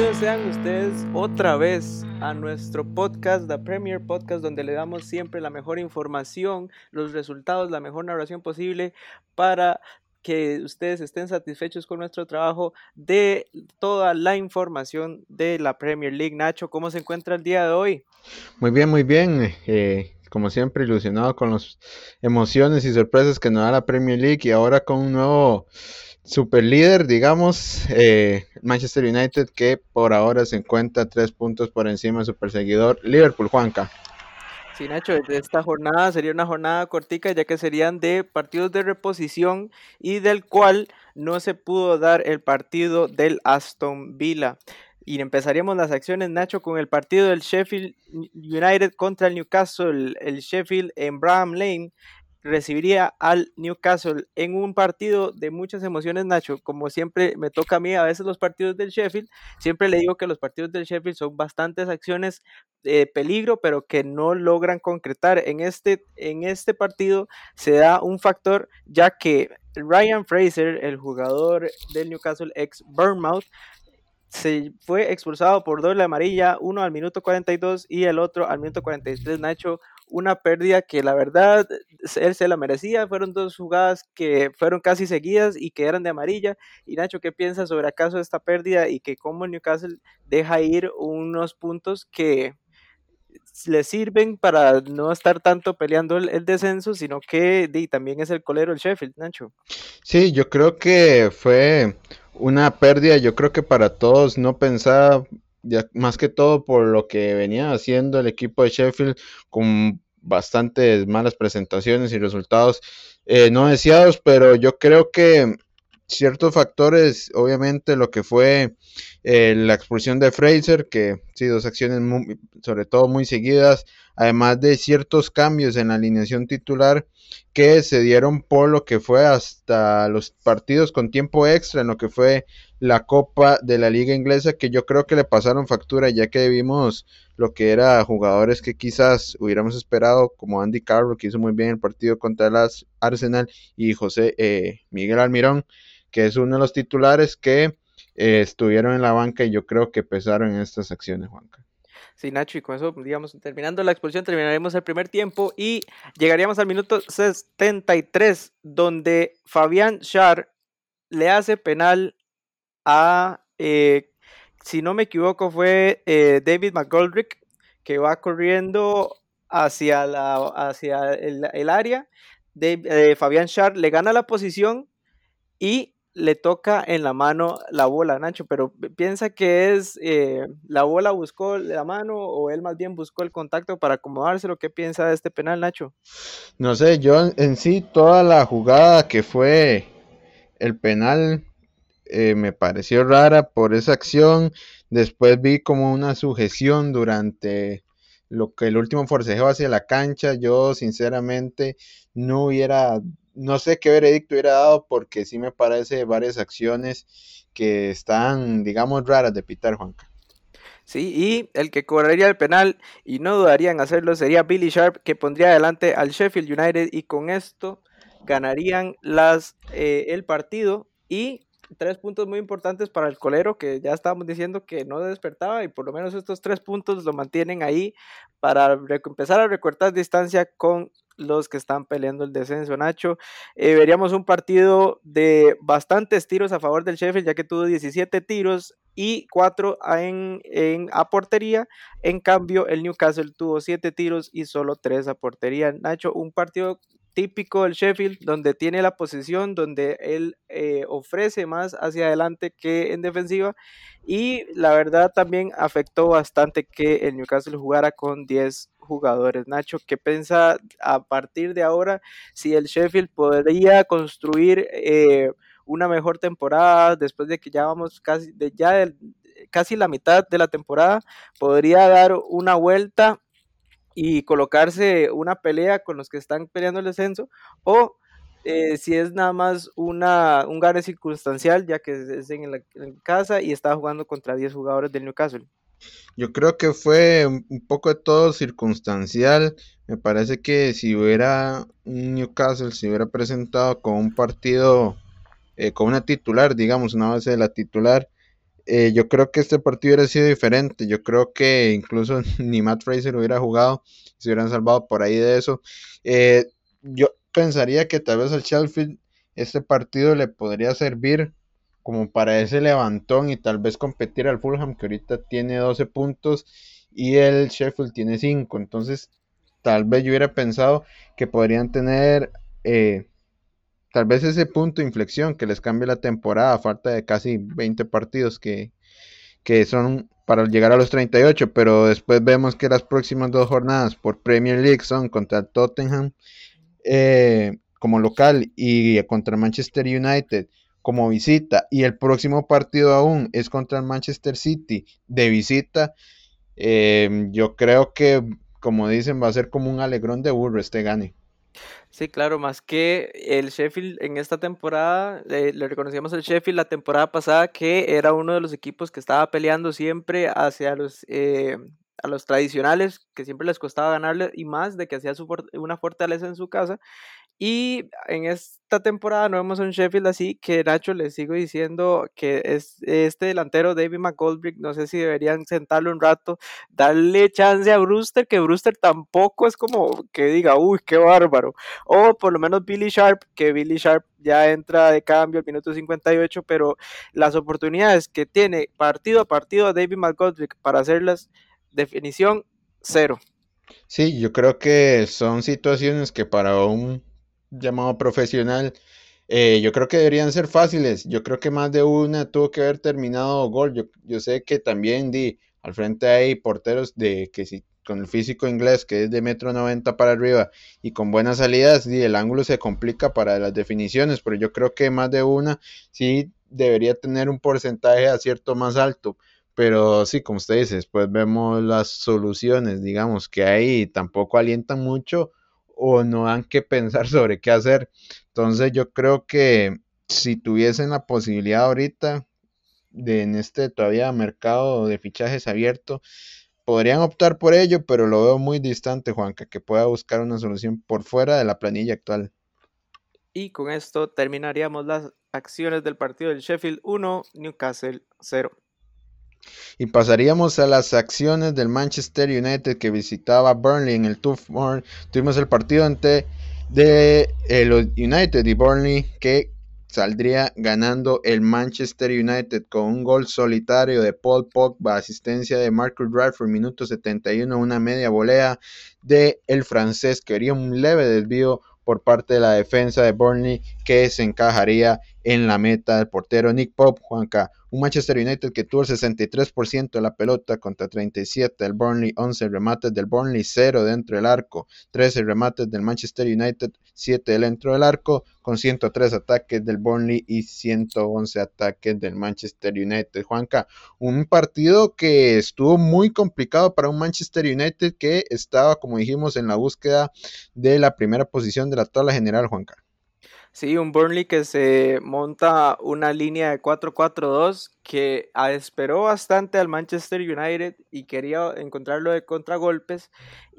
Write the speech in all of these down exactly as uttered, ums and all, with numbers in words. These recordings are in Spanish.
Bienvenidos sean ustedes otra vez a nuestro podcast, The Premier Podcast, donde le damos siempre la mejor información, los resultados, la mejor narración posible para que ustedes estén satisfechos con nuestro trabajo de toda la información de la Premier League. Nacho, ¿cómo se encuentra el día de hoy? Muy bien, muy bien. Eh, como siempre, ilusionado con las emociones y sorpresas que nos da la Premier League y ahora con un nuevo super líder, digamos, eh, Manchester United, que por ahora se encuentra tres puntos por encima de su perseguidor Liverpool. Juanca. Sí, Nacho, esta jornada sería una jornada cortica, ya que serían de partidos de reposición y del cual no se pudo dar el partido del Aston Villa. Y empezaríamos las acciones, Nacho, con el partido del Sheffield United contra el Newcastle. El, el Sheffield en Bramall Lane recibiría al Newcastle en un partido de muchas emociones, Nacho. Como siempre me toca a mí a veces los partidos del Sheffield, siempre le digo que los partidos del Sheffield son bastantes acciones de peligro, pero que no logran concretar. En este, en este partido se da un factor, ya que Ryan Fraser, el jugador del Newcastle ex Bournemouth, se fue expulsado por doble amarilla, uno al minuto cuarenta y dos y el otro al minuto cuarenta y tres, Nacho. Una pérdida que la verdad él se la merecía. Fueron dos jugadas que fueron casi seguidas y que eran de amarilla. Y Nacho, ¿qué piensas sobre acaso esta pérdida y que cómo Newcastle deja ir unos puntos que le sirven para no estar tanto peleando el, el descenso, sino que di, también es el colero el Sheffield, Nacho? Sí, yo creo que fue una pérdida, yo creo que para todos, no pensaba, ya, más que todo por lo que venía haciendo el equipo de Sheffield con bastantes malas presentaciones y resultados eh, no deseados, pero yo creo que ciertos factores, obviamente lo que fue eh, la expulsión de Fraser, que sí, dos acciones muy, sobre todo muy seguidas, además de ciertos cambios en la alineación titular que se dieron por lo que fue hasta los partidos con tiempo extra en lo que fue la Copa de la Liga Inglesa, que yo creo que le pasaron factura, ya que vimos lo que era jugadores que quizás hubiéramos esperado, como Andy Carroll, que hizo muy bien el partido contra el Arsenal, y José eh, Miguel Almirón, que es uno de los titulares que eh, estuvieron en la banca y yo creo que pesaron en estas acciones, Juanca. Sí, Nacho, y con eso, digamos, terminando la expulsión, terminaremos el primer tiempo y llegaríamos al minuto setenta y tres, donde Fabián Schär le hace penal a, eh, si no me equivoco, fue eh, David McGoldrick, que va corriendo hacia, la, hacia el, el área. De, eh, Fabián Schär le gana la posición y le toca en la mano la bola, Nacho, pero piensa que es eh, la bola buscó la mano o él más bien buscó el contacto para acomodárselo. ¿Qué piensa de este penal, Nacho? No sé, yo en, en sí toda la jugada que fue el penal eh, me pareció rara por esa acción. Después vi como una sujeción durante lo que el último forcejeo hacia la cancha. Yo sinceramente no hubiera, no sé qué veredicto hubiera dado, porque sí me parece varias acciones que están, digamos, raras de pitar, Juanca. Sí, y el que cobraría el penal, y no dudaría en hacerlo, sería Billy Sharp, que pondría adelante al Sheffield United, y con esto ganarían las, eh, el partido, y tres puntos muy importantes para el colero, que ya estábamos diciendo que no despertaba, y por lo menos estos tres puntos lo mantienen ahí para empezar a recortar distancia con los que están peleando el descenso, Nacho. Eh, veríamos un partido de bastantes tiros a favor del Sheffield, ya que tuvo diecisiete tiros y cuatro en, en, a portería. En cambio, el Newcastle tuvo siete tiros y solo tres a portería. Nacho, un partido típico del Sheffield, donde tiene la posesión, donde él eh, ofrece más hacia adelante que en defensiva, y la verdad también afectó bastante que el Newcastle jugara con diez jugadores. Nacho, ¿qué piensa a partir de ahora si el Sheffield podría construir eh, una mejor temporada después de que ya vamos casi, de ya de, casi la mitad de la temporada? ¿Podría dar una vuelta y colocarse una pelea con los que están peleando el descenso? ¿O eh, si es nada más una, un gane circunstancial, ya que es en, la, en casa y está jugando contra diez jugadores del Newcastle? Yo creo que fue un poco de todo circunstancial. Me parece que si hubiera un Newcastle, se hubiera presentado con un partido, eh, con una titular, digamos, una base de la titular, eh, yo creo que este partido hubiera sido diferente. Yo creo que incluso ni Matt Fraser hubiera jugado, se hubieran salvado por ahí de eso. Eh, yo pensaría que tal vez al Sheffield este partido le podría servir como para ese levantón y tal vez competir al Fulham, que ahorita tiene doce puntos y el Sheffield tiene cinco. Entonces tal vez yo hubiera pensado que podrían tener eh, tal vez ese punto de inflexión que les cambie la temporada a falta de casi veinte partidos que, que son para llegar a los treinta y ocho, pero después vemos que las próximas dos jornadas por Premier League son contra el Tottenham eh, como local y contra Manchester United como visita, y el próximo partido aún es contra el Manchester City de visita. Eh, yo creo que, como dicen, va a ser como un alegrón de burro este gane. Sí, claro, más que el Sheffield en esta temporada, eh, le reconocíamos al Sheffield la temporada pasada que era uno de los equipos que estaba peleando siempre hacia los, eh, a los tradicionales, que siempre les costaba ganarle y más de que hacía su for- una fortaleza en su casa. Y en esta temporada no vemos a un Sheffield así que Nacho le sigo diciendo que es este delantero David McGoldrick, no sé si deberían sentarlo un rato, darle chance a Brewster, que Brewster tampoco es como que diga, uy, qué bárbaro, o por lo menos Billy Sharp, que Billy Sharp ya entra de cambio al minuto cincuenta y ocho, pero las oportunidades que tiene partido a partido David McGoldrick para hacerlas, definición, cero. Sí, yo creo que son situaciones que para un llamado profesional, eh, yo creo que deberían ser fáciles. Yo creo que más de una tuvo que haber terminado gol. Yo, yo sé que también di al frente hay porteros de que si con el físico inglés que es de metro noventa para arriba y con buenas salidas, di, el ángulo se complica para las definiciones, pero yo creo que más de una sí debería tener un porcentaje acierto más alto. Pero sí, como usted dice, después vemos las soluciones, digamos, que ahí tampoco alientan mucho o no dan que pensar sobre qué hacer. Entonces yo creo que si tuviesen la posibilidad ahorita de en este todavía mercado de fichajes abierto, podrían optar por ello, pero lo veo muy distante, Juanca, que pueda buscar una solución por fuera de la planilla actual. Y con esto terminaríamos las acciones del partido del Sheffield uno, Newcastle cero. Y pasaríamos a las acciones del Manchester United que visitaba Burnley en el Turf Moor. Tuvimos el partido ante de eh, los United y Burnley que saldría ganando el Manchester United con un gol solitario de Paul Pogba, asistencia de Marcus Rashford, minuto setenta y uno, una media volea de el francés que haría un leve desvío por parte de la defensa de Burnley que se encajaría en la meta del portero Nick Pope. Juanca, un Manchester United que tuvo el sesenta y tres por ciento de la pelota contra treinta y siete del Burnley, once remates del Burnley, cero dentro del arco, trece remates del Manchester United, siete dentro del arco, con ciento tres ataques del Burnley y ciento once ataques del Manchester United. Juanca, un partido que estuvo muy complicado para un Manchester United que estaba, como dijimos, en la búsqueda de la primera posición de la tabla general, Juanca. Sí, un Burnley que se monta una línea de cuatro cuatro dos que esperó bastante al Manchester United y quería encontrarlo de contragolpes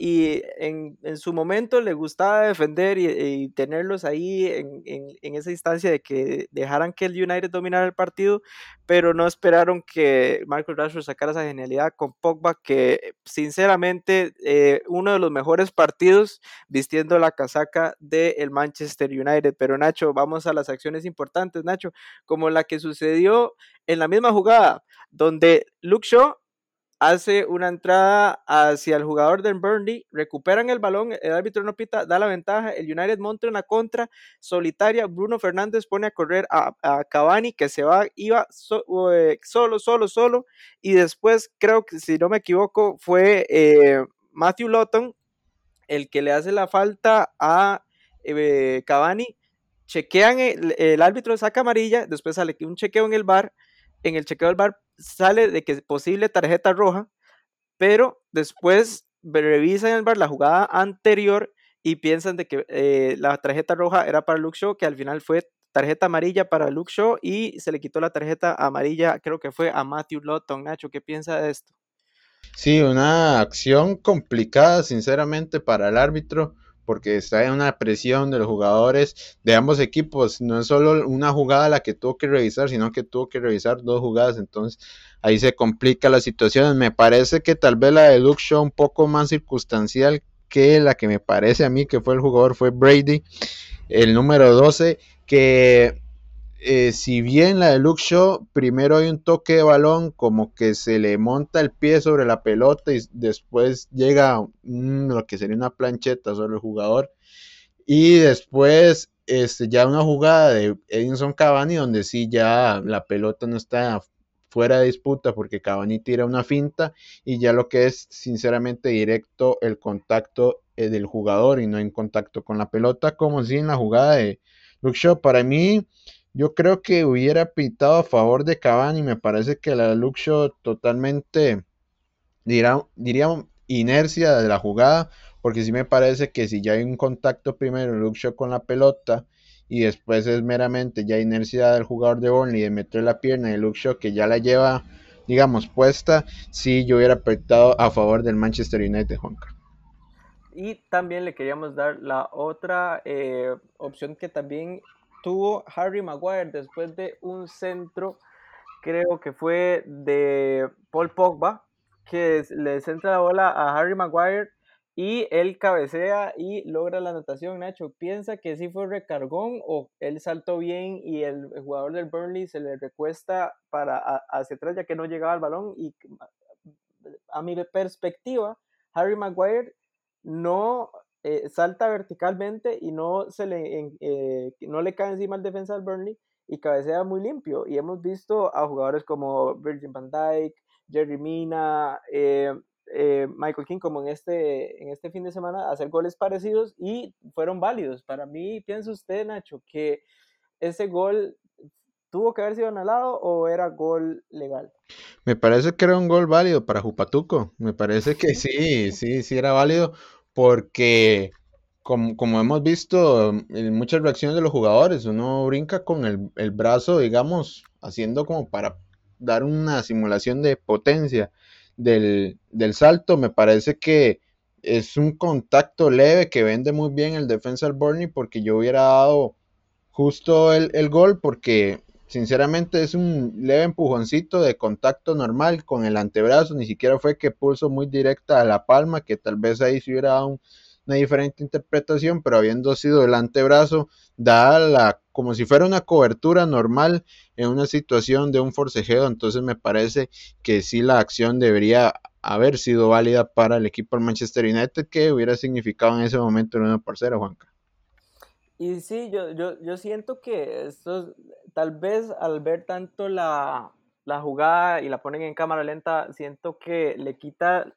y en, en su momento le gustaba defender y, y tenerlos ahí en, en, en, esa instancia de que dejaran que el United dominara el partido, pero no esperaron que Marcus Rashford sacara esa genialidad con Pogba que sinceramente eh, uno de los mejores partidos vistiendo la casaca del Manchester United. Pero Nacho, vamos a las acciones importantes, Nacho, como la que sucedió en la misma jugada, donde Luke Shaw hace una entrada hacia el jugador del Burnley, recuperan el balón, el árbitro no pita, da la ventaja, el United monta una contra solitaria, Bruno Fernández pone a correr a, a Cavani que se va, iba so, eh, solo, solo, solo, y después creo que si no me equivoco fue eh, Matthew Lawton el que le hace la falta a eh, Cavani, chequean, el, el, árbitro saca amarilla, después sale un chequeo en el V A R, en el chequeo del V A R sale de que es posible tarjeta roja, pero después revisan en el V A R la jugada anterior y piensan de que eh, la tarjeta roja era para Luke Shaw, que al final fue tarjeta amarilla para Luke Shaw y se le quitó la tarjeta amarilla, creo que fue a Matthew Lawton. Nacho, ¿qué piensa de esto? Sí, una acción complicada, sinceramente, para el árbitro, porque está en una presión de los jugadores de ambos equipos. No es solo una jugada la que tuvo que revisar, sino que tuvo que revisar dos jugadas. Entonces ahí se complica la situación. Me parece que tal vez la de Luke Shaw un poco más circunstancial que la que me parece a mí que fue el jugador, fue Brady, el número doce, que eh, si bien la de Luke Shaw, primero hay un toque de balón, como que se le monta el pie sobre la pelota y después llega mm, lo que sería una plancheta sobre el jugador, y después este, ya una jugada de Edinson Cavani donde sí ya la pelota no está fuera de disputa porque Cavani tira una finta y ya lo que es sinceramente directo el contacto eh, del jugador y no en contacto con la pelota, como si en la jugada de Luke Shaw. Para mí, yo creo que hubiera pitado a favor de Cavani. Me parece que la de Luke Shaw totalmente dirá, diría inercia de la jugada, porque sí me parece que si ya hay un contacto primero Luke Shaw con la pelota y después es meramente ya inercia del jugador de Burnley de meter la pierna de Luke Shaw que ya la lleva, digamos, puesta, sí yo hubiera apretado a favor del Manchester United, Juanca. Y también le queríamos dar la otra eh, opción que también tuvo Harry Maguire después de un centro, creo que fue de Paul Pogba, que le centra la bola a Harry Maguire y él cabecea y logra la anotación. Nacho, ¿piensa que sí fue recargón o él saltó bien y el, el jugador del Burnley se le recuesta para a, hacia atrás ya que no llegaba al balón? Y a mi perspectiva, Harry Maguire no eh, salta verticalmente y no, se le, eh, no le cae encima al defensa del Burnley y cabecea muy limpio. Y hemos visto a jugadores como Virgil van Dijk, Jerry Mina, eh, eh, Michael King, como en este, en este fin de semana, hacer goles parecidos y fueron válidos. Para mí, ¿piensa usted, Nacho, que ese gol tuvo que haber sido anulado o era gol legal? Me parece que era un gol válido para Jupatuco. Me parece que sí, sí, sí era válido porque como, como hemos visto en muchas reacciones de los jugadores, uno brinca con el, el brazo, digamos, haciendo como para dar una simulación de potencia del, del salto. Me parece que es un contacto leve que vende muy bien el defensa del Burnley porque yo hubiera dado justo el, el gol porque sinceramente es un leve empujoncito de contacto normal con el antebrazo, ni siquiera fue que pulso muy directa a la palma, que tal vez ahí se hubiera dado un, una diferente interpretación, pero habiendo sido el antebrazo, da la, como si fuera una cobertura normal en una situación de un forcejeo. Entonces me parece que sí la acción debería haber sido válida para el equipo del Manchester United, que hubiera significado en ese momento el uno por cero, Juanca. Y sí, yo, yo, yo siento que esto, tal vez al ver tanto la, la jugada y la ponen en cámara lenta, siento que le quita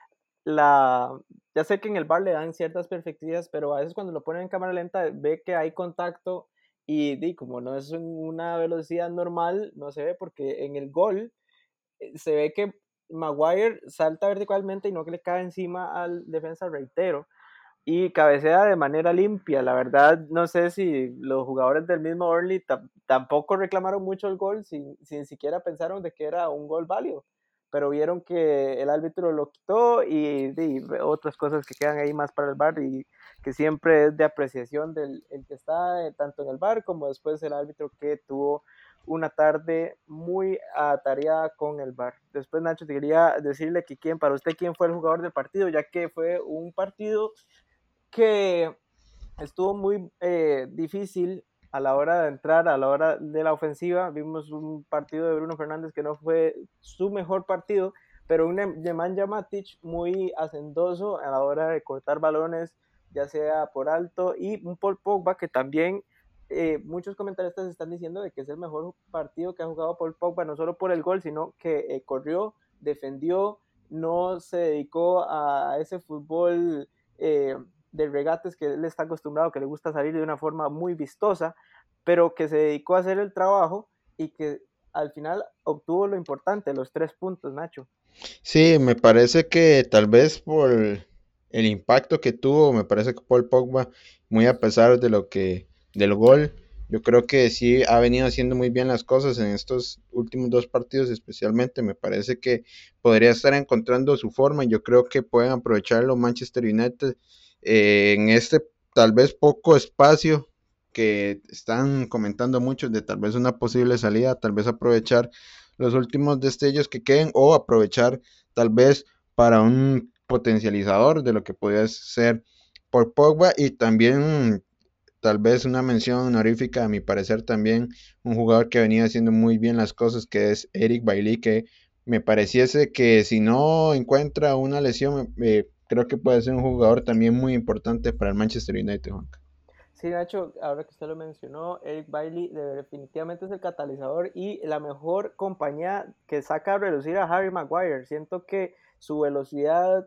la... Ya sé que en el bar le dan ciertas perspectivas, pero a veces cuando lo ponen en cámara lenta ve que hay contacto y, y como no es en una velocidad normal, no se ve porque en el gol eh, se ve que Maguire salta verticalmente y no que le cae encima al defensa, reitero, y cabecea de manera limpia. La verdad, no sé si los jugadores del mismo Burnley tam- tampoco reclamaron mucho el gol, sin, sin siquiera pensaron de que era un gol válido, pero vieron que el árbitro lo quitó y, y otras cosas que quedan ahí más para el V A R y que siempre es de apreciación del el que está eh, tanto en el V A R como después el árbitro que tuvo una tarde muy atareada con el V A R. Después, Nacho, te quería decirle que quién, para usted, quién fue el jugador del partido, ya que fue un partido que estuvo muy eh, difícil a la hora de entrar, a la hora de la ofensiva. Vimos un partido de Bruno Fernández que no fue su mejor partido, pero un Nemanja Matic muy hacendoso a la hora de cortar balones, ya sea por alto, y un Paul Pogba que también eh, muchos comentaristas están diciendo de que es el mejor partido que ha jugado Paul Pogba, no solo por el gol, sino que eh, corrió, defendió, no se dedicó a ese fútbol eh, de regates que él está acostumbrado, que le gusta salir de una forma muy vistosa, pero que se dedicó a hacer el trabajo y que al final obtuvo lo importante, los tres puntos, Nacho. Sí, me parece que tal vez por el impacto que tuvo, me parece que Paul Pogba, muy a pesar de lo que, del gol, Yo creo que sí ha venido haciendo muy bien las cosas en estos últimos dos partidos especialmente. Me parece que podría estar encontrando su forma. Yo creo que pueden aprovecharlo Manchester United eh, en este tal vez poco espacio que están comentando muchos de tal vez una posible salida, tal vez aprovechar los últimos destellos que queden o aprovechar tal vez para un potencializador de lo que podría ser por Pogba y también tal vez una mención honorífica, a mi parecer también, un jugador que venía haciendo muy bien las cosas, que es Eric Bailly, que me pareciese que si no encuentra una lesión, eh, creo que puede ser un jugador también muy importante para el Manchester United, Juanca. Sí, Nacho, ahora que usted lo mencionó, Eric Bailey definitivamente es el catalizador y la mejor compañía que saca a relucir a Harry Maguire. Siento que su velocidad,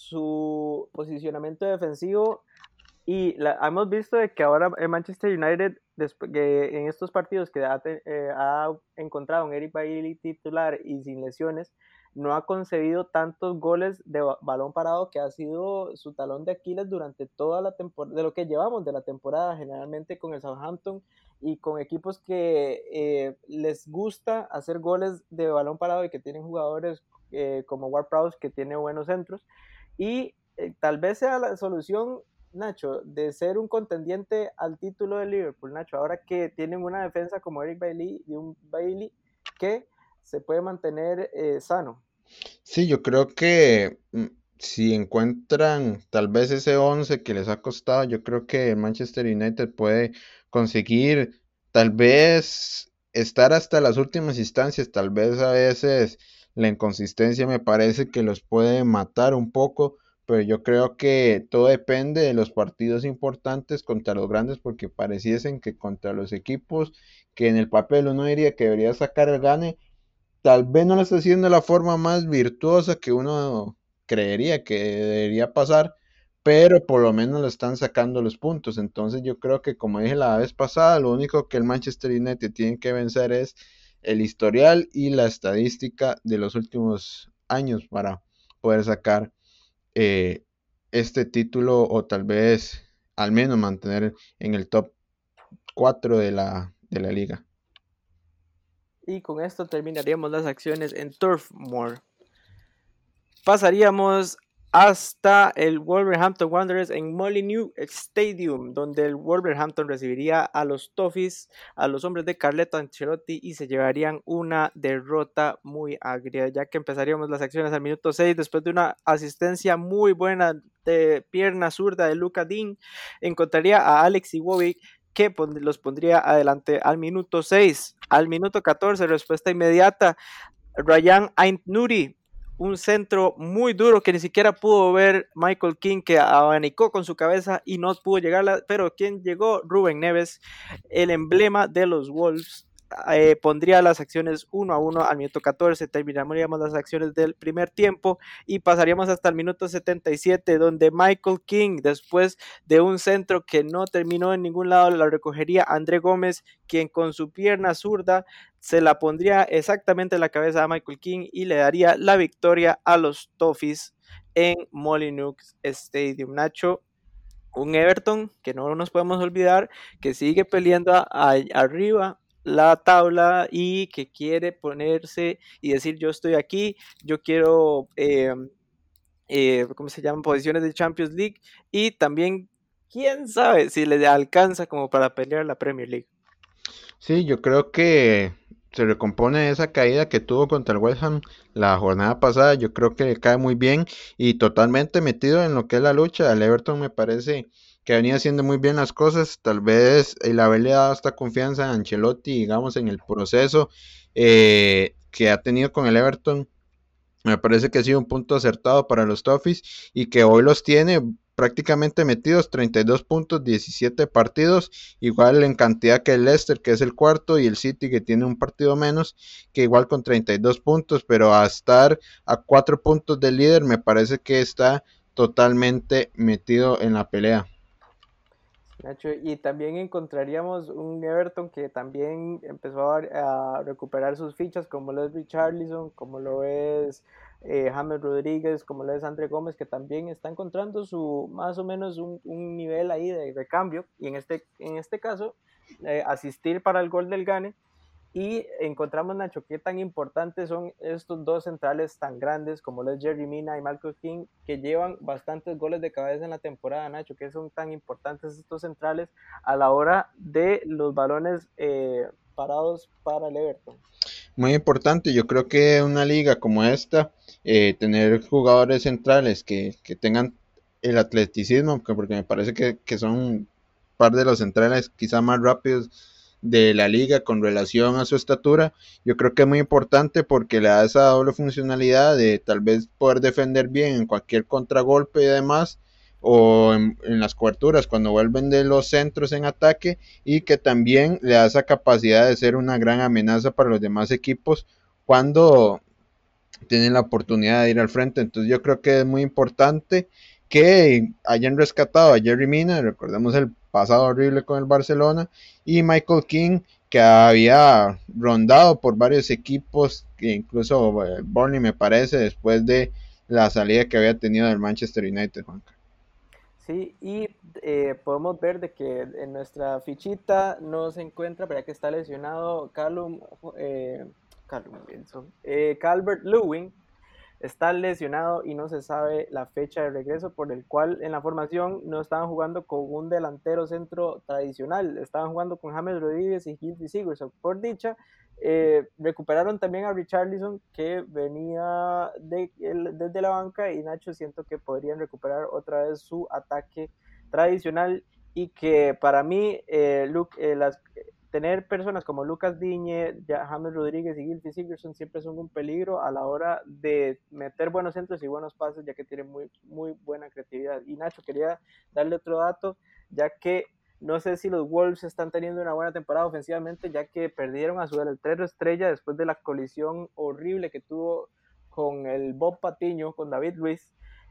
su posicionamiento defensivo y la, hemos visto de que ahora el Manchester United, después, que en estos partidos que ha, eh, ha encontrado un Eric Bailly titular y sin lesiones, no ha concebido tantos goles de balón parado, que ha sido su talón de Aquiles durante toda la temporada, de lo que llevamos de la temporada, generalmente con el Southampton y con equipos que eh, les gusta hacer goles de balón parado y que tienen jugadores eh, como Ward-Prowse, que tiene buenos centros. Y eh, tal vez sea la solución, Nacho, de ser un contendiente al título de Liverpool, Nacho, ahora que tienen una defensa como Eric Bailly y un Bailey que se puede mantener eh, sano. Sí, yo creo que mm, si encuentran tal vez ese once que les ha costado, yo creo que el Manchester United puede conseguir tal vez estar hasta las últimas instancias, tal vez a veces la inconsistencia me parece que los puede matar un poco, pero yo creo que todo depende de los partidos importantes contra los grandes, porque pareciesen que contra los equipos que en el papel uno diría que debería sacar el gane, tal vez no lo está haciendo de la forma más virtuosa que uno creería que debería pasar, pero por lo menos lo están sacando los puntos. Entonces yo creo que, como dije la vez pasada, lo único que el Manchester United tiene que vencer es el historial y la estadística de los últimos años para poder sacar eh, este título o tal vez al menos mantener en el top cuatro de la, de la liga. Y con esto terminaríamos las acciones en Turf Moor. Pasaríamos hasta el Wolverhampton Wanderers en Molineux Stadium, donde el Wolverhampton recibiría a los Toffees, a los hombres de Carleto Ancelotti, y se llevarían una derrota muy agria, ya que empezaríamos las acciones al minuto seis después de una asistencia muy buena de pierna zurda de Luka Dean. Encontraría a Alex Iwobi, que los pondría adelante al minuto seis. Al minuto catorce, respuesta inmediata, Ryan Aint-Nouri, un centro muy duro que ni siquiera pudo ver Michael King, que abanicó con su cabeza y no pudo llegarla, pero quien llegó, Rubén Neves, el emblema de los Wolves. Eh, pondría las acciones uno a uno al minuto catorce, terminaríamos las acciones del primer tiempo y pasaríamos hasta el minuto setenta y siete, donde Michael King, después de un centro que no terminó en ningún lado, la recogería André Gómez, quien con su pierna zurda se la pondría exactamente en la cabeza a Michael King y le daría la victoria a los Toffees en Molineux Stadium. Nacho, un Everton que no nos podemos olvidar, que sigue peleando a, a, arriba la tabla y que quiere ponerse y decir yo estoy aquí, yo quiero, eh, eh, ¿cómo se llaman? Posiciones de Champions League y también, quién sabe si le alcanza como para pelear la Premier League. Sí, yo creo que se recompone esa caída que tuvo contra el West Ham la jornada pasada. Yo creo que le cae muy bien y totalmente metido en lo que es la lucha. El Everton me parece que venía haciendo muy bien las cosas. Tal vez el haberle dado esta confianza a Ancelotti, digamos, en el proceso eh, que ha tenido con el Everton, me parece que ha sido un punto acertado para los Toffees y que hoy los tiene prácticamente metidos, treinta y dos puntos, diecisiete partidos, igual en cantidad que el Leicester, que es el cuarto, y el City, que tiene un partido menos, que igual con treinta y dos puntos, pero a estar a cuatro puntos del líder, me parece que está totalmente metido en la pelea. Nacho, y también encontraríamos un Everton que también empezó a, a recuperar sus fichas, como lo es Richarlison, como lo es eh, James Rodríguez, como lo es André Gómez, que también está encontrando su más o menos un, un nivel ahí de recambio, y en este, en este caso, eh, asistir para el gol del Gane. Y encontramos, Nacho, qué tan importantes son estos dos centrales tan grandes como los Jerry Mina y Malcolm King, que llevan bastantes goles de cabeza en la temporada, Nacho, que son tan importantes estos centrales a la hora de los balones eh, parados para el Everton. Muy importante, yo creo que una liga como esta, eh, tener jugadores centrales que, que tengan el atleticismo, porque me parece que, que son un par de los centrales quizá más rápidos de la liga con relación a su estatura, yo creo que es muy importante porque le da esa doble funcionalidad de tal vez poder defender bien en cualquier contragolpe y demás, o en, en las coberturas cuando vuelven de los centros en ataque, y que también le da esa capacidad de ser una gran amenaza para los demás equipos cuando tienen la oportunidad de ir al frente. Entonces yo creo que es muy importante que hayan rescatado a Jerry Mina, recordemos el pasado horrible con el Barcelona, y Michael King, que había rondado por varios equipos, que incluso eh, Burnley me parece, después de la salida que había tenido del Manchester United, Juanca. Sí, y eh, podemos ver de que en nuestra fichita no se encuentra, pero ya que está lesionado Callum, eh, Callum Wilson, eh, Calvert Lewin, está lesionado y no se sabe la fecha de regreso, por el cual en la formación no estaban jugando con un delantero centro tradicional, estaban jugando con James Rodríguez y Gylfi Sigurdsson. Por dicha, eh, recuperaron también a Richarlison, que venía de, el, desde la banca, y Nacho, siento que podrían recuperar otra vez su ataque tradicional, y que para mí eh, Luke, eh, las, tener personas como Lucas Digne, James Rodríguez y Gylfi Sigurdsson siempre son un peligro a la hora de meter buenos centros y buenos pases, ya que tienen muy, muy buena creatividad. Y Nacho, quería darle otro dato, ya que no sé si los Wolves están teniendo una buena temporada ofensivamente, ya que perdieron a su delantero estrella después de la colisión horrible que tuvo con el Bob Patiño, con David Luiz,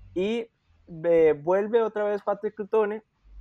y eh, vuelve otra vez Patrick Crutone,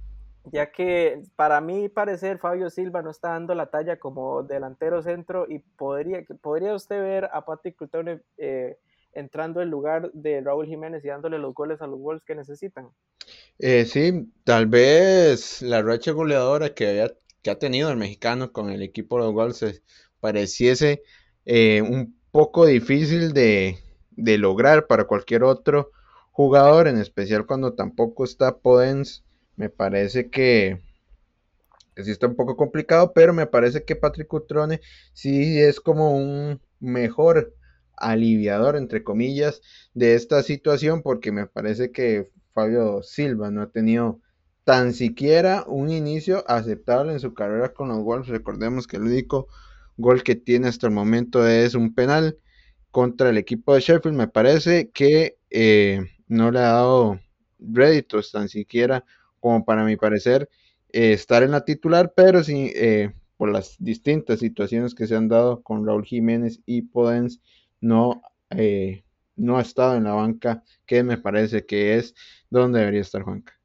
ya que para mí parecer Fabio Silva no está dando la talla como delantero centro, y podría, podría usted ver a Patrick Crutone eh, entrando en lugar de Raúl Jiménez y dándole los goles a los Wolves que necesitan. Eh, sí, tal vez la racha goleadora que, había, que ha tenido el mexicano con el equipo de los Wolves pareciese eh, un poco difícil de, de lograr para cualquier otro jugador, en especial cuando tampoco está Podence. Me parece que, que sí está un poco complicado, pero me parece que Patrick Cutrone sí es como un mejor aliviador, entre comillas, de esta situación, porque me parece que Fabio Silva no ha tenido tan siquiera un inicio aceptable en su carrera con los Wolves. Recordemos que el único gol que tiene hasta el momento es un penal contra el equipo de Sheffield. Me parece que eh, no le ha dado réditos tan siquiera como para mi parecer eh, estar en la titular, pero sí eh, por las distintas situaciones que se han dado con Raúl Jiménez y Podence, no, eh, no ha estado en la banca, que me parece que es donde debería estar Juanca.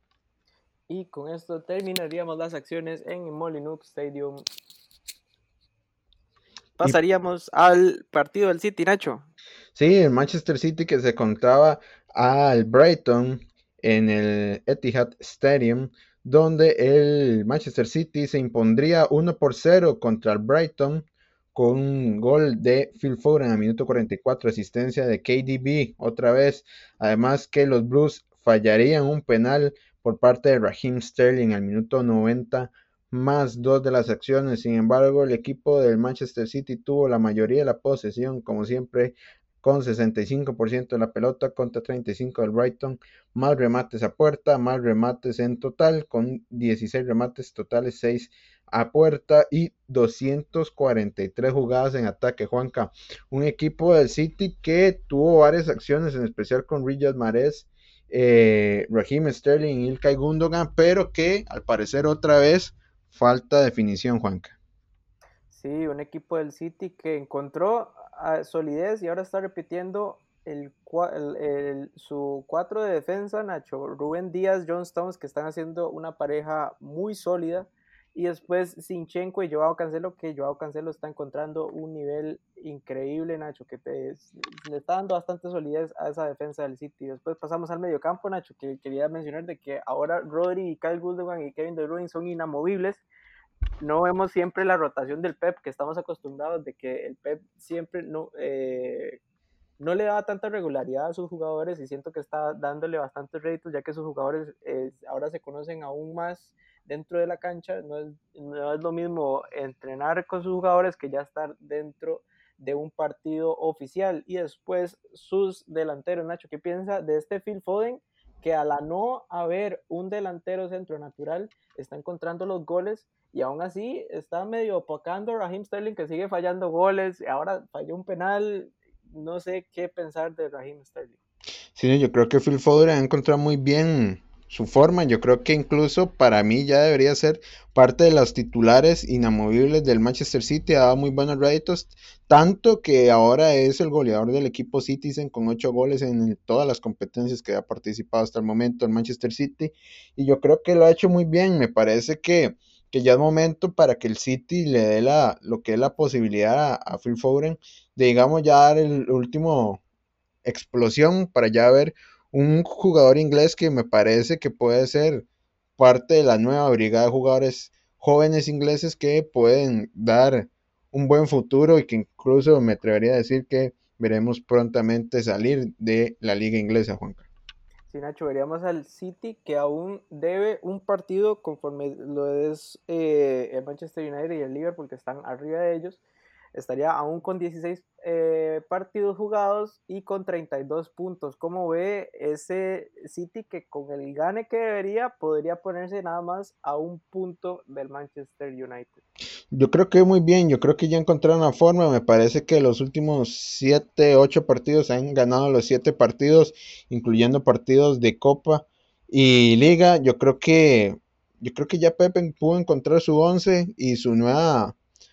Y con esto terminaríamos las acciones en Molineux Stadium. Y Pasaríamos al partido del City, Nacho. sí, el Manchester City que se contaba al Brighton en el Etihad Stadium, donde el Manchester City se impondría uno por cero contra el Brighton con un gol de Phil Foden a minuto cuarenta y cuatro, asistencia de K D B otra vez, además que los Blues fallarían un penal por parte de Raheem Sterling al minuto noventa más dos de las acciones. Sin embargo, el equipo del Manchester City tuvo la mayoría de la posesión, como siempre, con sesenta y cinco por ciento de la pelota contra treinta y cinco por ciento del Brighton, más remates a puerta, más remates en total, con dieciséis remates totales, seis a puerta y doscientas cuarenta y tres jugadas en ataque. Juanca, un equipo del City que tuvo varias acciones, en especial con Riyad Mahrez, eh, Raheem Sterling y Ilkay Gundogan, pero que al parecer otra vez falta definición, Juanca. Sí, un equipo del City que encontró uh, solidez y ahora está repitiendo el, el, el, su cuatro de defensa, Nacho. Rubén Díaz, John Stones, que están haciendo una pareja muy sólida, Y después Zinchenko y Joao Cancelo, que Joao Cancelo está encontrando un nivel increíble, Nacho, que te, le está dando bastante solidez a esa defensa del City. Después pasamos al mediocampo, Nacho, que quería mencionar de que ahora Rodri, Kyle Gundogan y Kevin De Bruyne son inamovibles. No vemos siempre la rotación del Pep, que estamos acostumbrados de que el Pep siempre no, eh, no le daba tanta regularidad a sus jugadores, y siento que está dándole bastantes réditos, ya que sus jugadores eh, ahora se conocen aún más dentro de la cancha. No es, no es lo mismo entrenar con sus jugadores que ya estar dentro de un partido oficial. Y después sus delanteros, Nacho, ¿qué piensa de este Phil Foden, que a la no haber un delantero centro natural está encontrando los goles, y aún así está medio opacando a Raheem Sterling, que sigue fallando goles? Ahora falló un penal. No sé qué pensar de Raheem Sterling. Sí, yo creo que Phil Foden ha encontrado muy bien su forma. Yo creo que incluso para mí ya debería ser parte de los titulares inamovibles del Manchester City. Ha dado muy buenos réditos, tanto que ahora es el goleador del equipo Citizen con ocho goles en todas las competencias que ha participado hasta el momento en Manchester City. Y yo creo que lo ha hecho muy bien. Me parece que, que ya es momento para que el City le dé la, lo que es la posibilidad a, a Phil Foden de, digamos, ya dar el último explosión para ya ver un jugador inglés que me parece que puede ser parte de la nueva brigada de jugadores jóvenes ingleses que pueden dar un buen futuro y que incluso me atrevería a decir que veremos prontamente salir de la liga inglesa, Juanca. Sí, Nacho, veríamos al City, que aún debe un partido conforme lo es eh, el Manchester United y el Liverpool, que están arriba de ellos. Estaría aún con dieciséis eh, partidos jugados y con treinta y dos puntos. ¿Cómo ve ese City, que con el gane que debería podría ponerse nada más a un punto del Manchester United? Yo creo que muy bien, yo creo que ya encontraron la forma. Me parece que los últimos siete, ocho partidos han ganado los siete partidos, incluyendo partidos de Copa y Liga. Yo creo que, yo creo que ya Pepe pudo encontrar su once y su nueva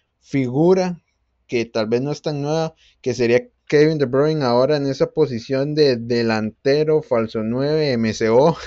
figura, que tal vez no es tan nueva, que sería Kevin De Bruyne ahora en esa posición de delantero, falso nueve, M C O.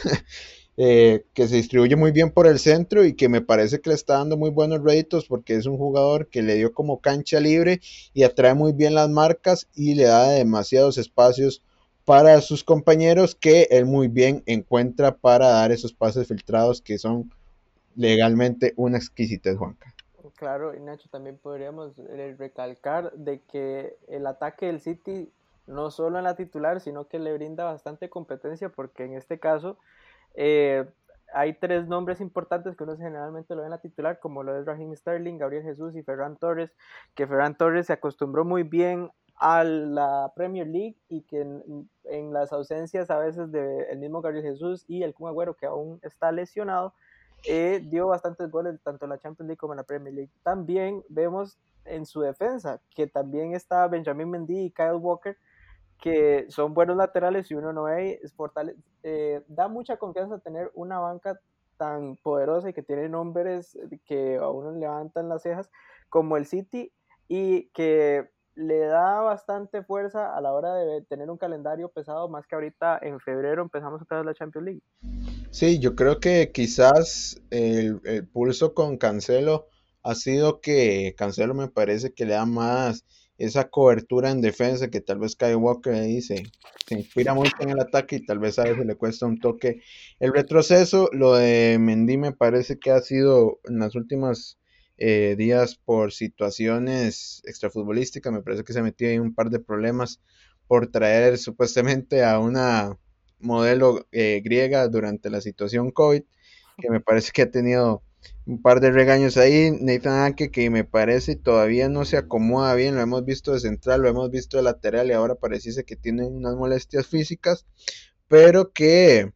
Eh, que se distribuye muy bien por el centro y que me parece que le está dando muy buenos réditos porque es un jugador que le dio como cancha libre y atrae muy bien las marcas y le da demasiados espacios para sus compañeros que él muy bien encuentra para dar esos pases filtrados que son legalmente una exquisitez, Juanca. Claro, y Nacho, también podríamos eh, recalcar de que el ataque del City, no solo en la titular, sino que le brinda bastante competencia, porque en este caso eh, hay tres nombres importantes que uno generalmente lo ve en la titular, como lo es Raheem Sterling, Gabriel Jesús y Ferran Torres, que Ferran Torres se acostumbró muy bien a la Premier League, y que en, en las ausencias a veces del de mismo Gabriel Jesús y el Kun Agüero, que aún está lesionado, eh, dio bastantes goles tanto en la Champions League como en la Premier League. También vemos en su defensa que también está Benjamin Mendy y Kyle Walker, que son buenos laterales, y uno no ve, es fortale- eh, da mucha confianza tener una banca tan poderosa y que tiene nombres que a uno levantan las cejas, como el City, y que le da bastante fuerza a la hora de tener un calendario pesado, más que ahorita en febrero empezamos otra vez la Champions League. Sí, yo creo que quizás el, el pulso con Cancelo ha sido que Cancelo me parece que le da más esa cobertura en defensa, que tal vez Kyle Walker ahí se, se inspira mucho en el ataque y tal vez a veces le cuesta un toque el retroceso. Lo de Mendy me parece que ha sido en las últimas eh, días por situaciones extrafutbolísticas, me parece que se metió en un par de problemas por traer supuestamente a una modelo eh, griega durante la situación COVID, que me parece que ha tenido un par de regaños ahí. Nathan Ake, que me parece todavía no se acomoda bien, lo hemos visto de central, lo hemos visto de lateral y ahora pareciese que tiene unas molestias físicas, pero que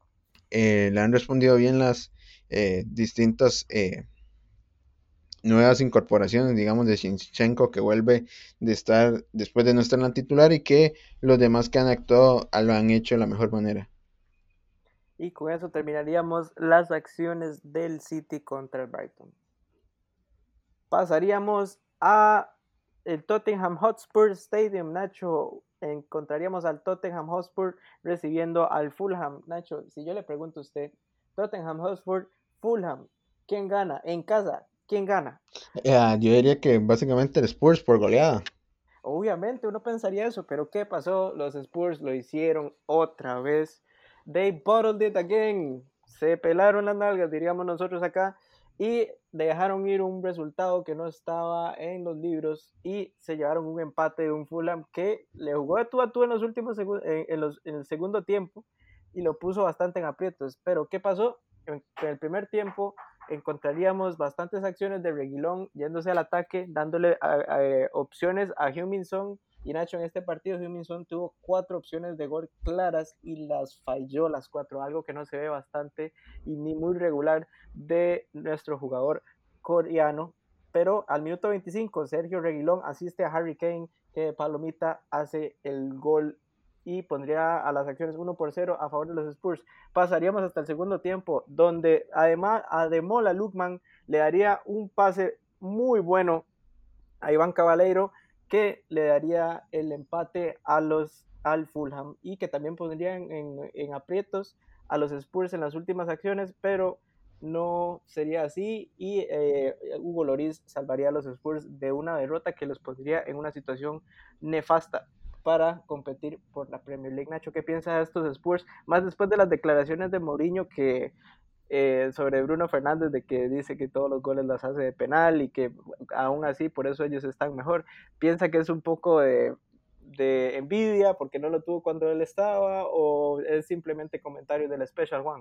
eh, le han respondido bien las eh, distintas eh, nuevas incorporaciones, digamos, de Shinchenko, que vuelve de estar después de no estar en la titular y que los demás que han actuado lo han hecho de la mejor manera. Y con eso terminaríamos las acciones del City contra el Brighton. Pasaríamos a el Tottenham Hotspur Stadium, Nacho. Encontraríamos al Tottenham Hotspur recibiendo al Fulham. Nacho, si yo le pregunto a usted, Tottenham Hotspur, Fulham, ¿Quién gana? En casa, ¿quién gana? Eh, yo diría que básicamente el Spurs por goleada. Obviamente uno pensaría eso, pero ¿qué pasó? Los Spurs lo hicieron otra vez. They bottled it again. Se pelaron las nalgas, diríamos nosotros acá, y dejaron ir un resultado que no estaba en los libros y se llevaron un empate de un Fulham que le jugó de tú a tú en los últimos en, en, los, en el segundo tiempo y lo puso bastante en aprietos. Pero ¿qué pasó? En, en el primer tiempo encontraríamos bastantes acciones de Reguilón yéndose al ataque, dándole a, a, a, opciones a Heung-min y Nacho. En este partido Heung-min tuvo cuatro opciones de gol claras y las falló las cuatro, algo que no se ve bastante y ni muy regular de nuestro jugador coreano. Pero al minuto veinticinco Sergio Reguilón asiste a Harry Kane, que de palomita hace el gol y pondría a las acciones uno por cero a favor de los Spurs. Pasaríamos hasta el segundo tiempo, donde además Ademola Lookman le daría un pase muy bueno a Iván Cabaleiro, que le daría el empate a los, al Fulham y que también pondría en, en, en aprietos a los Spurs en las últimas acciones, pero no sería así y eh, Hugo Lloris salvaría a los Spurs de una derrota que los pondría en una situación nefasta para competir por la Premier League. Nacho, ¿qué piensas de estos Spurs? Más después de las declaraciones de Mourinho que eh, sobre Bruno Fernández, de que dice que todos los goles las hace de penal y que aún así por eso ellos están mejor. ¿Piensa que es un poco de, de envidia porque no lo tuvo cuando él estaba o es simplemente comentarios del Special One?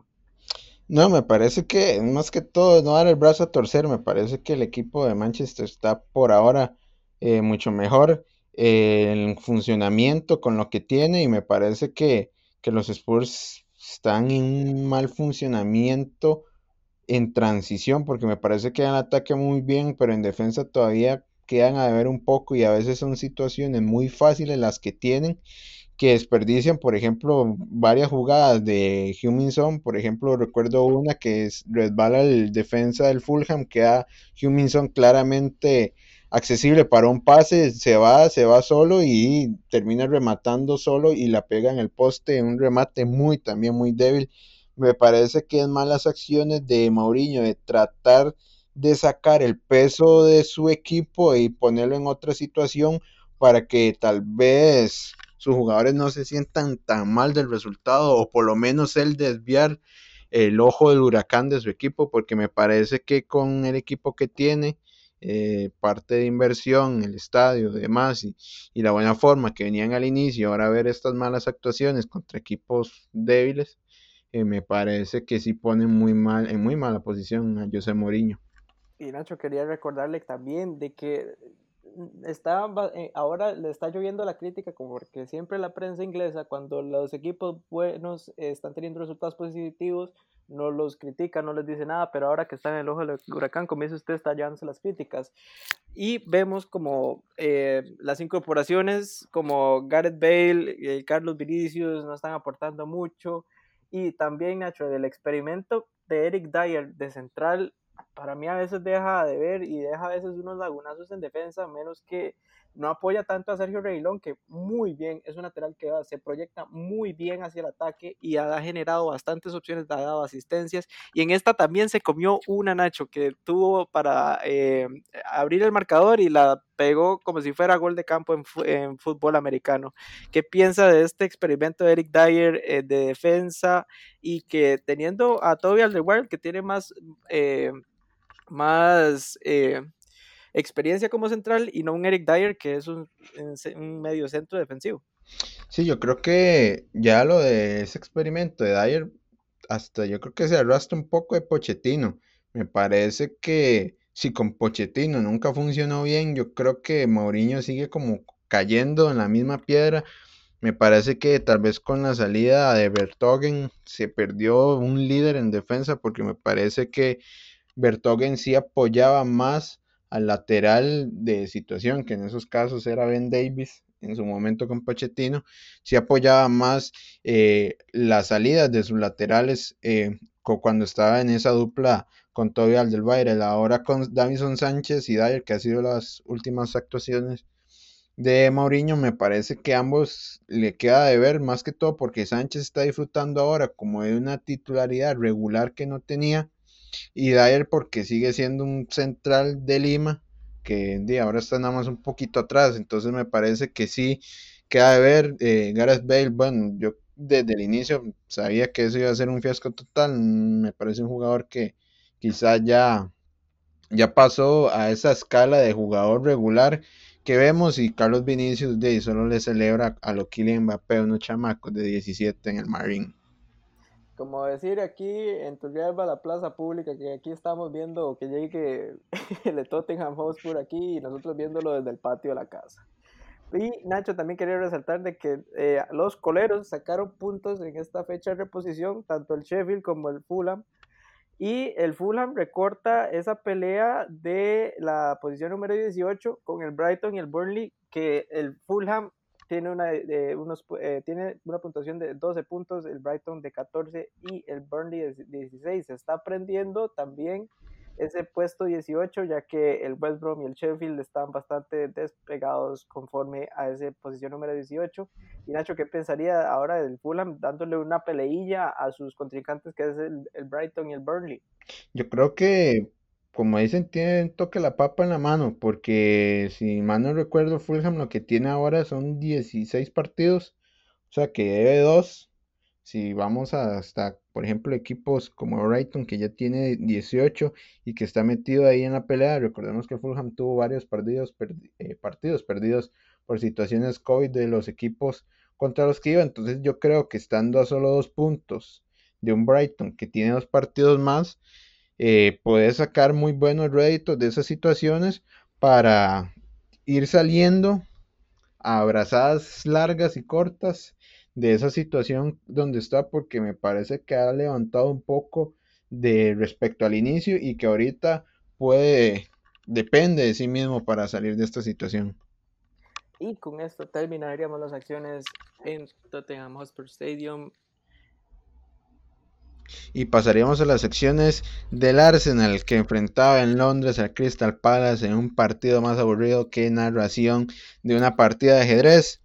No, me parece que más que todo no dar el brazo a torcer, me parece que el equipo de Manchester está por ahora eh, mucho mejor eh, en funcionamiento con lo que tiene y me parece que, que los Spurs están en un mal funcionamiento en transición porque me parece que en ataque muy bien, pero en defensa todavía quedan a deber un poco y a veces son situaciones muy fáciles las que tienen que desperdician, por ejemplo, varias jugadas de Huminson. Por ejemplo, recuerdo una que es, resbala el defensa del Fulham, queda Huminson claramente accesible para un pase, se va, se va solo y termina rematando solo y la pega en el poste, un remate muy, también muy débil. Me parece que es malas acciones de Mourinho de tratar de sacar el peso de su equipo y ponerlo en otra situación para que tal vez sus jugadores no se sientan tan mal del resultado o por lo menos él desviar el ojo del huracán de su equipo, porque me parece que con el equipo que tiene, eh, parte de inversión, el estadio, demás, y, y la buena forma que venían al inicio, ahora ver estas malas actuaciones contra equipos débiles, eh, me parece que sí ponen muy mal, en muy mala posición a José Mourinho. Y Nacho, quería recordarle también de que está, ahora le está lloviendo la crítica, como porque siempre la prensa inglesa, cuando los equipos buenos están teniendo resultados positivos, no los critica, no les dice nada, pero ahora que están en el ojo del huracán, como dice usted, está llevándose las críticas. Y vemos como eh, las incorporaciones, como Gareth Bale, eh, Carlos Vinicius, no están aportando mucho. Y también, Nacho, del experimento de Eric Dyer de central, para mí a veces deja de ver y deja a veces unos lagunazos en defensa, menos que no apoya tanto a Sergio Reguilón, que muy bien, es un lateral que va, se proyecta muy bien hacia el ataque y ha generado bastantes opciones, ha dado asistencias, y en esta también se comió una, Nacho, que tuvo para eh, abrir el marcador y la pegó como si fuera gol de campo en, en fútbol americano. ¿Qué piensa de este experimento de Eric Dyer eh, de defensa y que teniendo a Toby Alderweireld, que tiene más... Eh, más eh, experiencia como central y no un Eric Dyer que es un, un medio centro defensivo? Sí, yo creo que ya lo de ese experimento de Dyer, hasta yo creo que se arrastra un poco de Pochettino. Me parece que si con Pochettino nunca funcionó bien, yo creo que Mourinho sigue como cayendo en la misma piedra. Me parece que tal vez con la salida de Vertonghen se perdió un líder en defensa porque me parece que Vertonghen sí apoyaba más al lateral de situación, que en esos casos era Ben Davis, en su momento con Pochettino, sí apoyaba más eh, las salidas de sus laterales eh, cuando estaba en esa dupla con Toby Alderweireld, ahora con Davinson Sánchez y Dyer, que ha sido las últimas actuaciones de Mourinho. Me parece que ambos le queda de ver, más que todo porque Sánchez está disfrutando ahora como de una titularidad regular que no tenía, y Dyer porque sigue siendo un central de Lima, que de, ahora está nada más un poquito atrás, entonces me parece que sí queda de ver. eh, Gareth Bale, bueno, yo desde el inicio sabía que eso iba a ser un fiasco total, me parece un jugador que quizá ya ya pasó a esa escala de jugador regular que vemos, y Carlos Vinicius de ahí solo le celebra a lo Kylian Mbappé, unos chamacos de diecisiete en el Marín. Como decir aquí en Turrialba, la plaza pública, que aquí estamos viendo que llegue el Tottenham Hotspur aquí y nosotros viéndolo desde el patio de la casa. Y Nacho, también quería resaltar de que eh, los coleros sacaron puntos en esta fecha de reposición, tanto el Sheffield como el Fulham, y el Fulham recorta esa pelea de la posición número dieciocho con el Brighton y el Burnley, que el Fulham tiene una, de unos, eh, tiene una puntuación de doce puntos, el Brighton de catorce y el Burnley de dieciséis. Se está aprendiendo también ese puesto dieciocho, ya que el West Brom y el Sheffield están bastante despegados conforme a esa posición número dieciocho. Y Nacho, ¿qué pensaría ahora del Fulham dándole una peleilla a sus contrincantes que es el, el Brighton y el Burnley? Yo creo que, como dicen, tiene toque la papa en la mano, porque si mal no recuerdo, Fulham lo que tiene ahora son dieciséis partidos, o sea que debe dos. Si vamos hasta, por ejemplo, equipos como Brighton, que ya tiene dieciocho y que está metido ahí en la pelea, recordemos que Fulham tuvo varios partidos, perdi- eh, partidos perdidos por situaciones COVID de los equipos contra los que iba. Entonces yo creo que estando a solo dos puntos de un Brighton que tiene dos partidos más, eh, puede sacar muy buenos réditos de esas situaciones para ir saliendo a abrazadas largas y cortas de esa situación donde está, porque me parece que ha levantado un poco de respecto al inicio y que ahorita puede, depende de sí mismo para salir de esta situación. Y con esto terminaríamos las acciones en Tottenham Hotspur Stadium. Y pasaríamos a las secciones del Arsenal, que enfrentaba en Londres al Crystal Palace en un partido más aburrido que narración de una partida de ajedrez,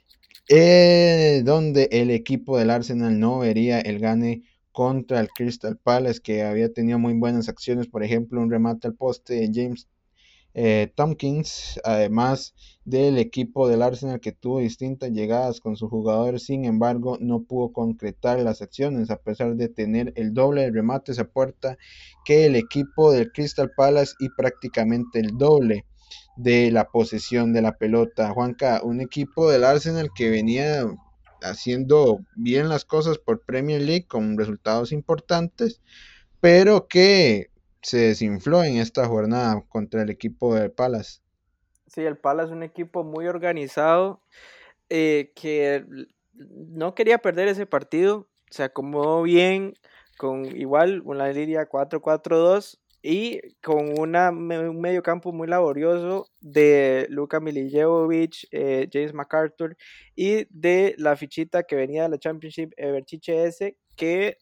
eh, donde el equipo del Arsenal no vería el gane contra el Crystal Palace, que había tenido muy buenas acciones, por ejemplo un remate al poste de James eh, Tompkins, además del equipo del Arsenal, que tuvo distintas llegadas con sus jugadores. Sin embargo, no pudo concretar las acciones a pesar de tener el doble de remates a puerta que el equipo del Crystal Palace y prácticamente el doble de la posesión de la pelota. Juanca, un equipo del Arsenal que venía haciendo bien las cosas por Premier League con resultados importantes, pero que se desinfló en esta jornada contra el equipo de Palace. Sí, el Palace es un equipo muy organizado, eh, que no quería perder ese partido, se acomodó bien con igual una línea cuatro cuatro dos y con una, un medio campo muy laborioso de Luka Milijevic, eh, James McArthur y de la fichita que venía de la Championship, Everchiche S, que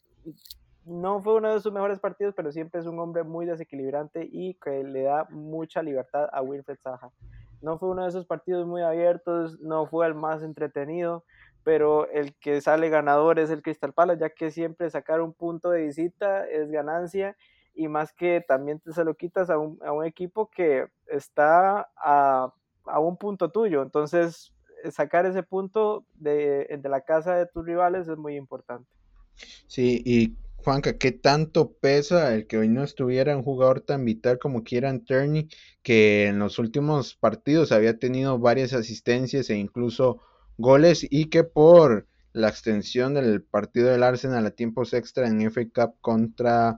no fue uno de sus mejores partidos, pero siempre es un hombre muy desequilibrante y que le da mucha libertad a Wilfred Zaha. No fue uno de esos partidos muy abiertos, no fue el más entretenido, pero el que sale ganador es el Crystal Palace, ya que siempre sacar un punto de visita es ganancia, y más que también te se lo quitas a un, a un equipo que está a, a, un punto tuyo. Entonces, sacar ese punto de, de la casa de tus rivales es muy importante. Sí, y Juanca, ¿qué tanto pesa el que hoy no estuviera un jugador tan vital como Kieran Tierney, que en los últimos partidos había tenido varias asistencias e incluso goles, y que por la extensión del partido del Arsenal a tiempos extra en F A Cup contra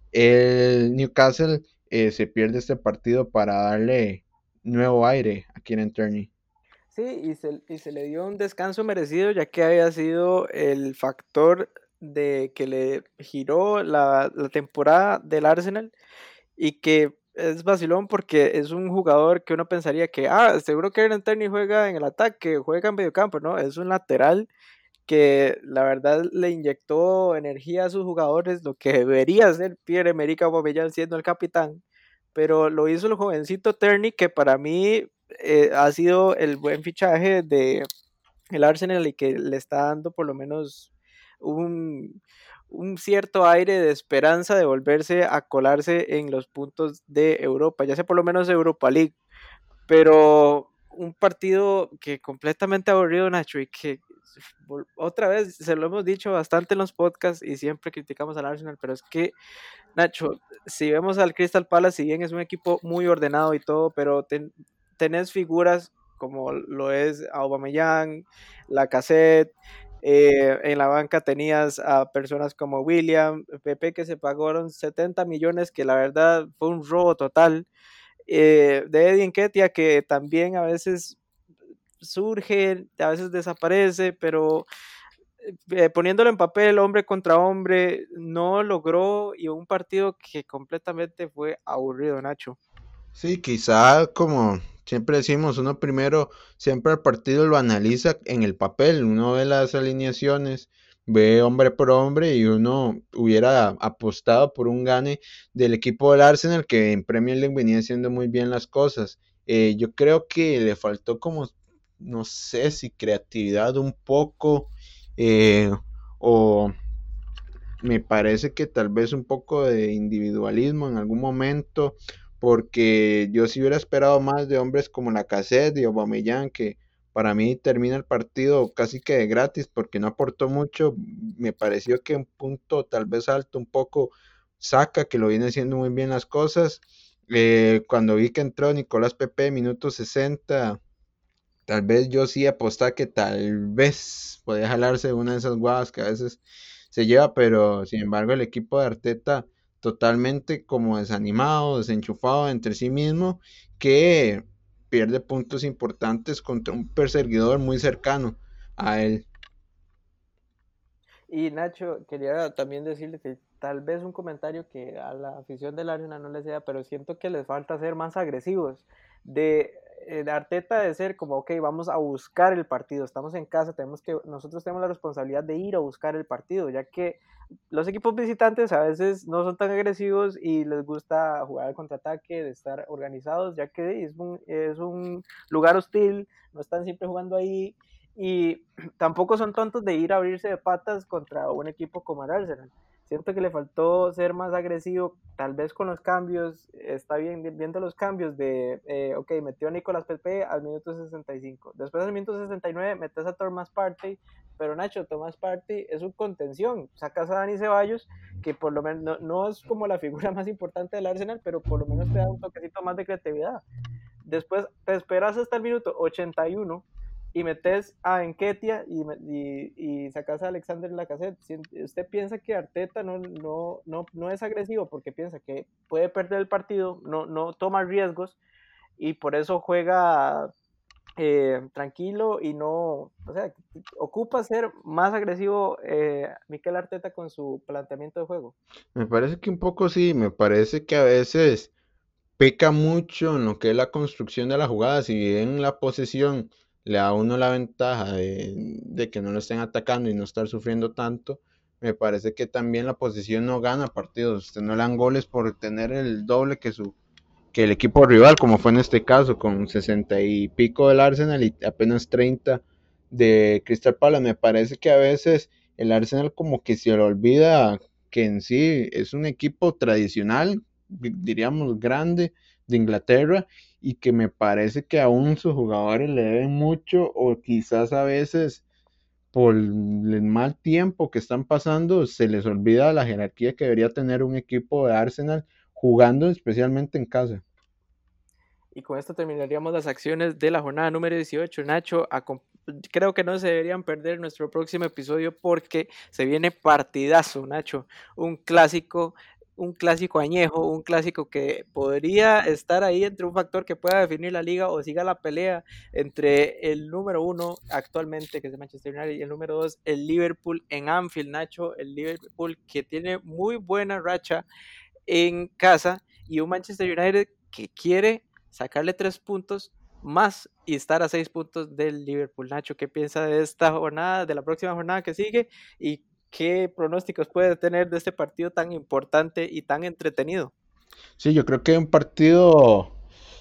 el Newcastle, eh, se pierde este partido para darle nuevo aire a Kieran Tierney? Sí, y se, y se le dio un descanso merecido, ya que había sido el factor de que le giró la, la temporada del Arsenal, y que es vacilón porque es un jugador que uno pensaría que, ah, seguro que Aaron Tierney juega en el ataque, juega en medio campo, ¿no? Es un lateral que la verdad le inyectó energía a sus jugadores, lo que debería ser Pierre-Emerick Aubameyang siendo el capitán, pero lo hizo el jovencito Tierney, que para mí eh, ha sido el buen fichaje de el Arsenal y que le está dando por lo menos un, un cierto aire de esperanza de volverse a colarse en los puntos de Europa, ya sea por lo menos Europa League, pero un partido que completamente aburrido, Nacho, y que otra vez se lo hemos dicho bastante en los podcasts y siempre criticamos al Arsenal, pero es que, Nacho, si vemos al Crystal Palace, si bien es un equipo muy ordenado y todo, pero ten, tenés figuras como lo es Aubameyang, Lacazette, eh, en la banca tenías a personas como William, Pepe, que se pagaron setenta millones, que la verdad fue un robo total, eh, de Eddie Nketiah, que también a veces surge, a veces desaparece, pero eh, poniéndolo en papel, hombre contra hombre, no logró, y un partido que completamente fue aburrido, Nacho. Sí, quizá como siempre decimos, uno primero siempre el partido lo analiza en el papel, uno ve las alineaciones, ve hombre por hombre y uno hubiera apostado por un gane del equipo del Arsenal que en Premier League venía haciendo muy bien las cosas. Eh, yo creo que le faltó como, no sé si creatividad un poco eh, o me parece que tal vez un poco de individualismo en algún momento, porque yo sí hubiera esperado más de hombres como Lacazette y Aubameyang, que para mí termina el partido casi que de gratis porque no aportó mucho. Me pareció que un punto tal vez alto un poco Saka, que lo viene haciendo muy bien las cosas. Eh, cuando vi que entró Nicolás Pepe, minuto sesenta, tal vez yo sí apostaba que tal vez podía jalarse una de esas guadas que a veces se lleva, pero sin embargo el equipo de Arteta totalmente como desanimado, desenchufado entre sí mismo, que pierde puntos importantes contra un perseguidor muy cercano a él. Y Nacho, quería también decirle que tal vez un comentario que a la afición del Arsenal no les sea, pero siento que les falta ser más agresivos. De, eh, de Arteta de ser como, ok, vamos a buscar el partido, estamos en casa, tenemos que, nosotros tenemos la responsabilidad de ir a buscar el partido, ya que los equipos visitantes a veces no son tan agresivos y les gusta jugar al contraataque, de estar organizados, ya que es un, es un lugar hostil, no están siempre jugando ahí, y tampoco son tontos de ir a abrirse de patas contra un equipo como el Arsenal. Siento que le faltó ser más agresivo, tal vez con los cambios. Está bien viendo los cambios de, eh, ok, metió a Nicolás Pepe al minuto sesenta y cinco. Después al minuto sesenta y nueve metes a Thomas Partey, pero Nacho, Thomas Partey es un contención. Sacas a Dani Ceballos, que por lo menos no, no es como la figura más importante del Arsenal, pero por lo menos te da un toquecito más de creatividad. Después te esperas hasta el minuto ochenta y uno y metes a Enquetia y, y, y sacas a Alexander Lacazette. Si usted piensa que Arteta no, no, no, no es agresivo porque piensa que puede perder el partido, no, no toma riesgos y por eso juega eh, tranquilo y no, o sea, ocupa ser más agresivo eh, Mikel Arteta con su planteamiento de juego. Me parece que un poco sí, me parece que a veces peca mucho en lo que es la construcción de la jugada, si bien la posesión le da a uno la ventaja de, de que no lo estén atacando y no estar sufriendo tanto, me parece que también la posesión no gana partidos, usted no le dan goles por tener el doble que su que el equipo rival, como fue en este caso, con sesenta y pico del Arsenal y apenas treinta de Crystal Palace. Me parece que a veces el Arsenal como que se le olvida que en sí es un equipo tradicional, diríamos grande, de Inglaterra, y que me parece que aún sus jugadores le deben mucho, o quizás a veces por el mal tiempo que están pasando se les olvida la jerarquía que debería tener un equipo de Arsenal jugando especialmente en casa. Y con esto terminaríamos las acciones de la jornada número dieciocho. Nacho, a, creo que no se deberían perder nuestro próximo episodio porque se viene partidazo, Nacho. Un clásico, un clásico añejo, un clásico que podría estar ahí entre un factor que pueda definir la liga o siga la pelea entre el número uno actualmente, que es el Manchester United, y el número dos, el Liverpool en Anfield, Nacho. El Liverpool que tiene muy buena racha en casa y un Manchester United que quiere sacarle tres puntos más y estar a seis puntos del Liverpool. Nacho, ¿qué piensa de esta jornada, de la próxima jornada que sigue y qué pronósticos puede tener de este partido tan importante y tan entretenido? Sí, yo creo que un partido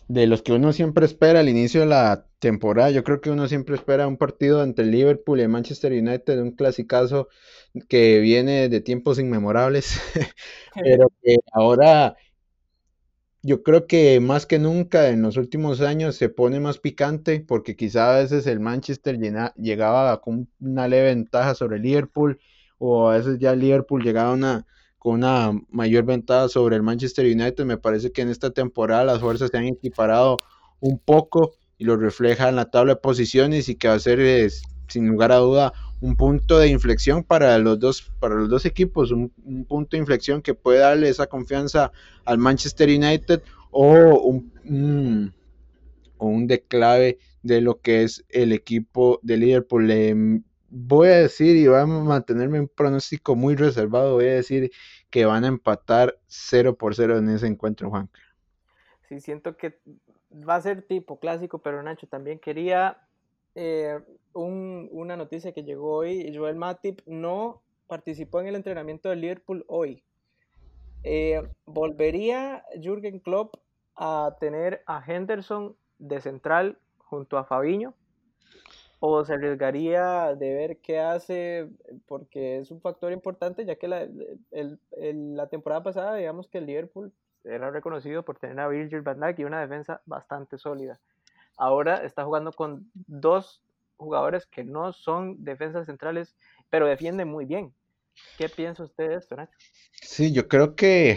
de los que uno siempre espera al inicio de la temporada. Yo creo que uno siempre espera un partido entre Liverpool y Manchester United, un clasicazo que viene de tiempos inmemorables, pero que ahora yo creo que más que nunca en los últimos años se pone más picante porque quizá a veces el Manchester llena- llegaba con una leve ventaja sobre el Liverpool o a veces ya el Liverpool llegaba una, con una mayor ventaja sobre el Manchester United. Me parece que en esta temporada las fuerzas se han equiparado un poco y lo refleja en la tabla de posiciones y que va a ser es, sin lugar a duda un punto de inflexión para los dos, para los dos equipos, un, un punto de inflexión que puede darle esa confianza al Manchester United o un, un, o un declave de lo que es el equipo de Liverpool. Eh, voy a decir, y vamos a mantenerme un pronóstico muy reservado, voy a decir que van a empatar cero por cero en ese encuentro, Juan. Sí, siento que va a ser tipo clásico, pero Nacho, también quería eh, un, una noticia que llegó hoy. Joel Matip no participó en el entrenamiento del Liverpool hoy. Eh, ¿Volvería Jürgen Klopp a tener a Henderson de central junto a Fabinho? ¿O se arriesgaría de ver qué hace? Porque es un factor importante, ya que la, el, el, la temporada pasada, digamos que el Liverpool era reconocido por tener a Virgil van Dijk y una defensa bastante sólida. Ahora está jugando con dos jugadores que no son defensas centrales, pero defienden muy bien. ¿Qué piensa usted de esto, Nacho? Sí, yo creo que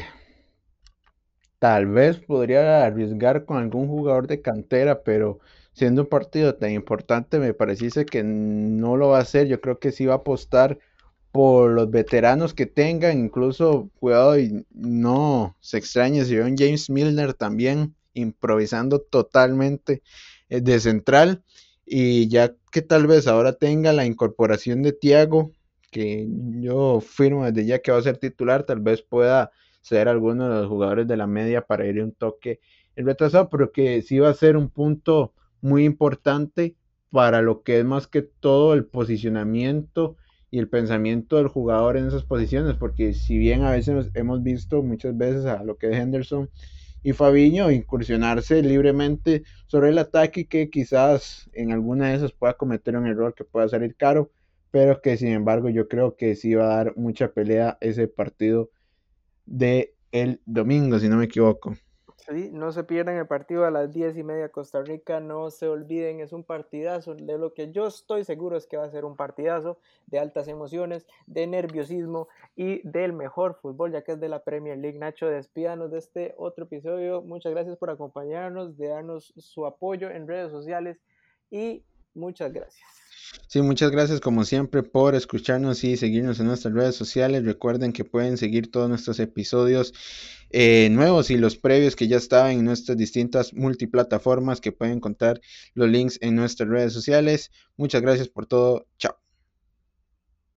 tal vez podría arriesgar con algún jugador de cantera, pero siendo un partido tan importante me pareciese que no lo va a hacer. Yo creo que sí va a apostar por los veteranos que tengan, incluso cuidado y no se extrañe si ve un James Milner también improvisando totalmente eh, de central y ya que tal vez ahora tenga la incorporación de Thiago, que yo firmo desde ya que va a ser titular, tal vez pueda ser alguno de los jugadores de la media para ir un toque el retrasado, pero que sí va a ser un punto muy importante para lo que es más que todo el posicionamiento y el pensamiento del jugador en esas posiciones, porque si bien a veces hemos visto muchas veces a lo que es Henderson y Fabinho incursionarse libremente sobre el ataque, que quizás en alguna de esas pueda cometer un error que pueda salir caro, pero que sin embargo yo creo que sí va a dar mucha pelea ese partido de el domingo, si no me equivoco. Sí, no se pierdan el partido a las diez y media Costa Rica, no se olviden, es un partidazo, de lo que yo estoy seguro es que va a ser un partidazo de altas emociones, de nerviosismo y del mejor fútbol, ya que es de la Premier League. Nacho, despídanos de este otro episodio, muchas gracias por acompañarnos, de darnos su apoyo en redes sociales y muchas gracias. Sí, muchas gracias como siempre por escucharnos y seguirnos en nuestras redes sociales. Recuerden que pueden seguir todos nuestros episodios eh, nuevos y los previos que ya estaban en nuestras distintas multiplataformas, que pueden encontrar los links en nuestras redes sociales. Muchas gracias por todo. Chao.